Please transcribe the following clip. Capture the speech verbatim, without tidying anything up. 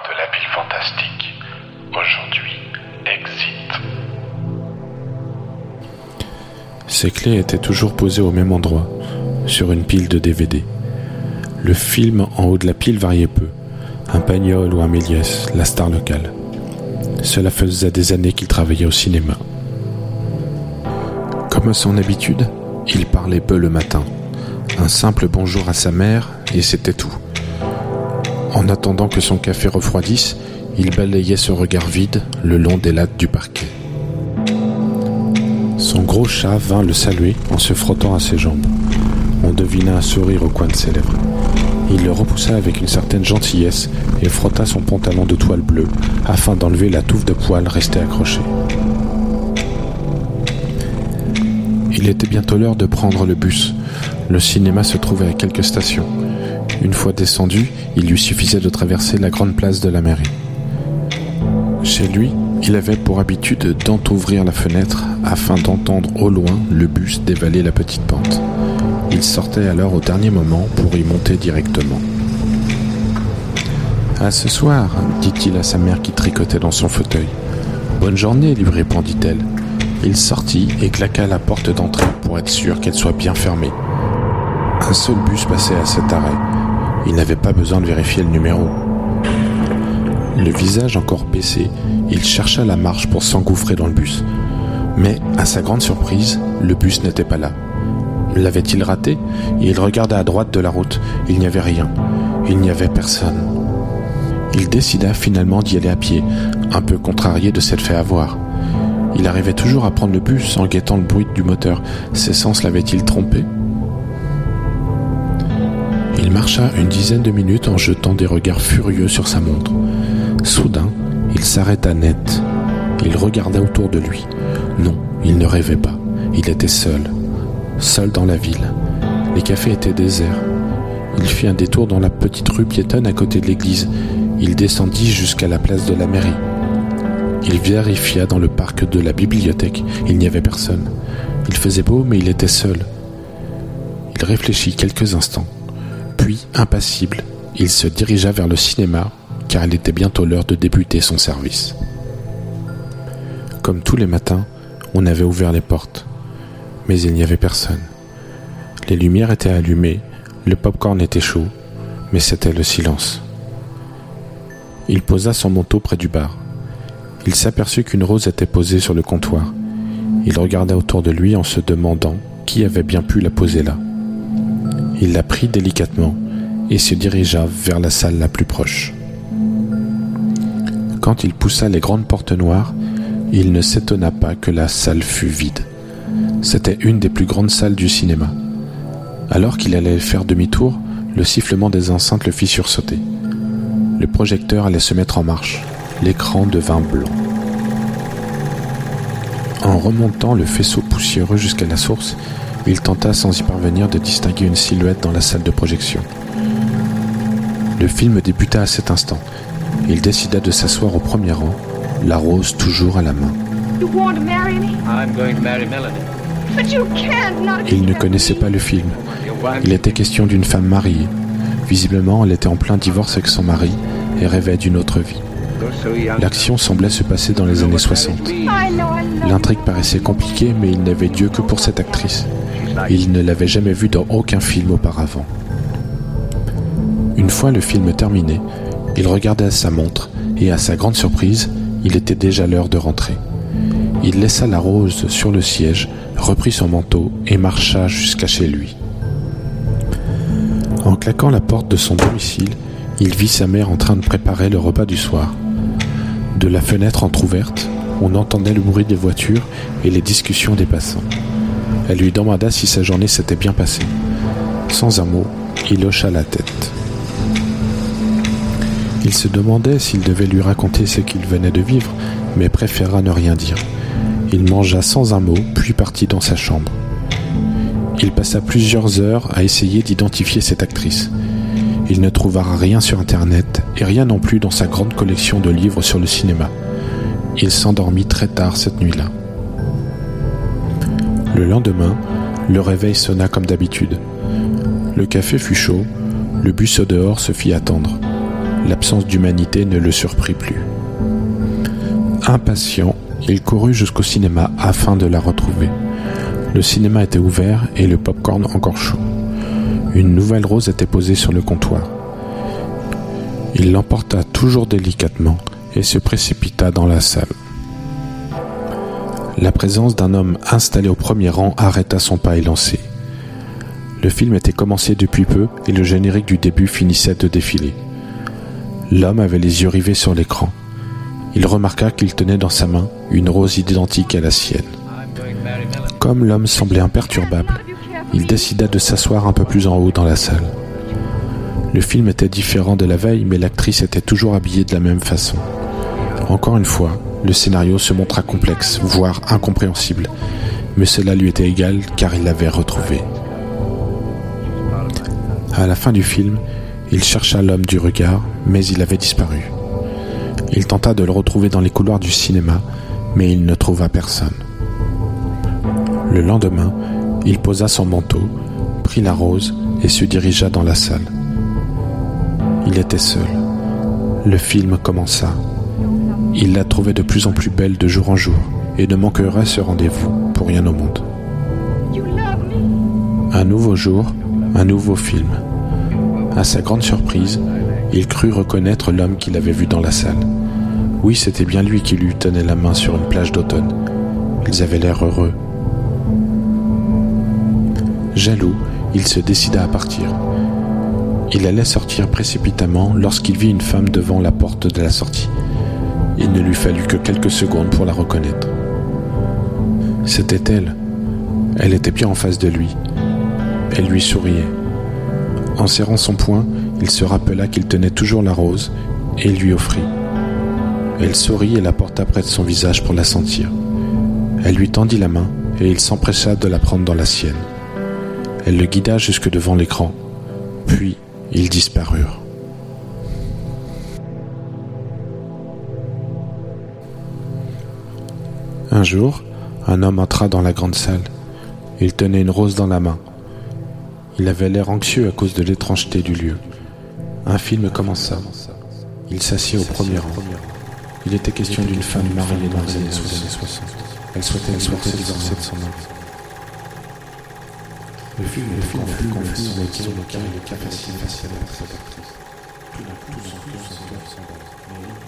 de la ville fantastique. Aujourd'hui, Exit. Ses clés étaient toujours posées au même endroit, sur une pile de D V D. Le film en haut de la pile variait peu. Un Pagnol ou un Méliès, la star locale. Cela faisait des années qu'il travaillait au cinéma. Comme à son habitude, il parlait peu le matin. Un simple bonjour à sa mère, et c'était tout. En attendant que son café refroidisse, il balayait ce regard vide le long des lattes du parquet. Son gros chat vint le saluer en se frottant à ses jambes. On devina un sourire au coin de ses lèvres. Il le repoussa avec une certaine gentillesse et frotta son pantalon de toile bleue afin d'enlever la touffe de poils restée accrochée. Il était bientôt l'heure de prendre le bus. Le cinéma se trouvait à quelques stations. Une fois descendu, il lui suffisait de traverser la grande place de la mairie. Chez lui, il avait pour habitude d'entrouvrir la fenêtre afin d'entendre au loin le bus dévaler la petite pente. Il sortait alors au dernier moment pour y monter directement. « À ce soir », dit-il à sa mère qui tricotait dans son fauteuil. « Bonne journée », lui répondit-elle. Il sortit et claqua la porte d'entrée pour être sûr qu'elle soit bien fermée. Un seul bus passait à cet arrêt. Il n'avait pas besoin de vérifier le numéro. Le visage encore baissé, il chercha la marche pour s'engouffrer dans le bus. Mais, à sa grande surprise, le bus n'était pas là. L'avait-il raté ? Il regarda à droite de la route. Il n'y avait rien. Il n'y avait personne. Il décida finalement d'y aller à pied, un peu contrarié de s'être fait avoir. Il arrivait toujours à prendre le bus en guettant le bruit du moteur. Ses sens l'avaient-ils trompé ? Il marcha une dizaine de minutes en jetant des regards furieux sur sa montre. Soudain, il s'arrêta net. Il regarda autour de lui. Non, il ne rêvait pas. Il était seul. Seul dans la ville. Les cafés étaient déserts. Il fit un détour dans la petite rue piétonne à côté de l'église. Il descendit jusqu'à la place de la mairie. Il vérifia dans le parc de la bibliothèque. Il n'y avait personne. Il faisait beau, mais il était seul. Il réfléchit quelques instants. Puis, impassible, il se dirigea vers le cinéma, car il était bientôt l'heure de débuter son service. Comme tous les matins, on avait ouvert les portes. Mais il n'y avait personne. Les lumières étaient allumées, le pop-corn était chaud, mais c'était le silence. Il posa son manteau près du bar. Il s'aperçut qu'une rose était posée sur le comptoir. Il regarda autour de lui en se demandant qui avait bien pu la poser là. Il la prit délicatement et se dirigea vers la salle la plus proche. Quand il poussa les grandes portes noires, il ne s'étonna pas que la salle fût vide. C'était une des plus grandes salles du cinéma. Alors qu'il allait faire demi-tour, le sifflement des enceintes le fit sursauter. Le projecteur allait se mettre en marche. L'écran devint blanc. En remontant le faisceau poussiéreux jusqu'à la source, il tenta sans y parvenir de distinguer une silhouette dans la salle de projection. Le film débuta à cet instant. Il décida de s'asseoir au premier rang, la rose toujours à la main. Il ne connaissait pas le film. Il était question d'une femme mariée. Visiblement, elle était en plein divorce avec son mari et rêvait d'une autre vie. L'action semblait se passer dans les années soixante. L'intrigue paraissait compliquée, mais il n'avait Dieu que pour cette actrice. Il ne l'avait jamais vue dans aucun film auparavant. Une fois le film terminé, il regardait sa montre et, à sa grande surprise, il était déjà l'heure de rentrer. Il laissa la rose sur le siège, reprit son manteau et marcha jusqu'à chez lui. En claquant la porte de son domicile, il vit sa mère en train de préparer le repas du soir. De la fenêtre entr'ouverte, on entendait le bruit des voitures et les discussions des passants. Elle lui demanda si sa journée s'était bien passée. Sans un mot, il hocha la tête. Il se demandait s'il devait lui raconter ce qu'il venait de vivre, mais préféra ne rien dire. Il mangea sans un mot, puis partit dans sa chambre. Il passa plusieurs heures à essayer d'identifier cette actrice. Il ne trouva rien sur Internet et rien non plus dans sa grande collection de livres sur le cinéma. Il s'endormit très tard cette nuit-là. Le lendemain, le réveil sonna comme d'habitude. Le café fut chaud, le bus au dehors se fit attendre. L'absence d'humanité ne le surprit plus. Impatient, il courut jusqu'au cinéma afin de la retrouver. Le cinéma était ouvert et le pop-corn encore chaud. Une nouvelle rose était posée sur le comptoir. Il l'emporta toujours délicatement et se précipita dans la salle. La présence d'un homme installé au premier rang arrêta son pas élancé. Le film était commencé depuis peu et le générique du début finissait de défiler. L'homme avait les yeux rivés sur l'écran. Il remarqua qu'il tenait dans sa main une rose identique à la sienne. Comme l'homme semblait imperturbable, il décida de s'asseoir un peu plus en haut dans la salle. Le film était différent de la veille, mais l'actrice était toujours habillée de la même façon. Encore une fois, le scénario se montra complexe, voire incompréhensible, mais cela lui était égal car il l'avait retrouvée. À la fin du film, il chercha l'homme du regard, mais il avait disparu. Il tenta de le retrouver dans les couloirs du cinéma, mais il ne trouva personne. Le lendemain, il posa son manteau, prit la rose et se dirigea dans la salle. Il était seul. Le film commença. Il la trouvait de plus en plus belle de jour en jour et ne manquerait ce rendez-vous pour rien au monde. Un nouveau jour, un nouveau film. À sa grande surprise, il crut reconnaître l'homme qu'il avait vu dans la salle. Oui, c'était bien lui qui lui tenait la main sur une plage d'automne. Ils avaient l'air heureux. Jaloux, il se décida à partir. Il allait sortir précipitamment lorsqu'il vit une femme devant la porte de la sortie. Il ne lui fallut que quelques secondes pour la reconnaître. C'était elle. Elle était bien en face de lui. Elle lui souriait. En serrant son poing, il se rappela qu'il tenait toujours la rose et il lui offrit. Elle sourit et la porta près de son visage pour la sentir. Elle lui tendit la main et il s'empressa de la prendre dans la sienne. Elle le guida jusque devant l'écran, puis ils disparurent. Un jour, un homme entra dans la grande salle. Il tenait une rose dans la main. Il avait l'air anxieux à cause de l'étrangeté du lieu. Un film commença. Il s'assit au premier rang. Il était question d'une femme mariée dans les années soixante. Elle souhaitait divorcer de son homme. Le film est confus, confus, sur lequel le cas est facile, facile à percevoir. Tout d'un coup, son cœur s'emballe.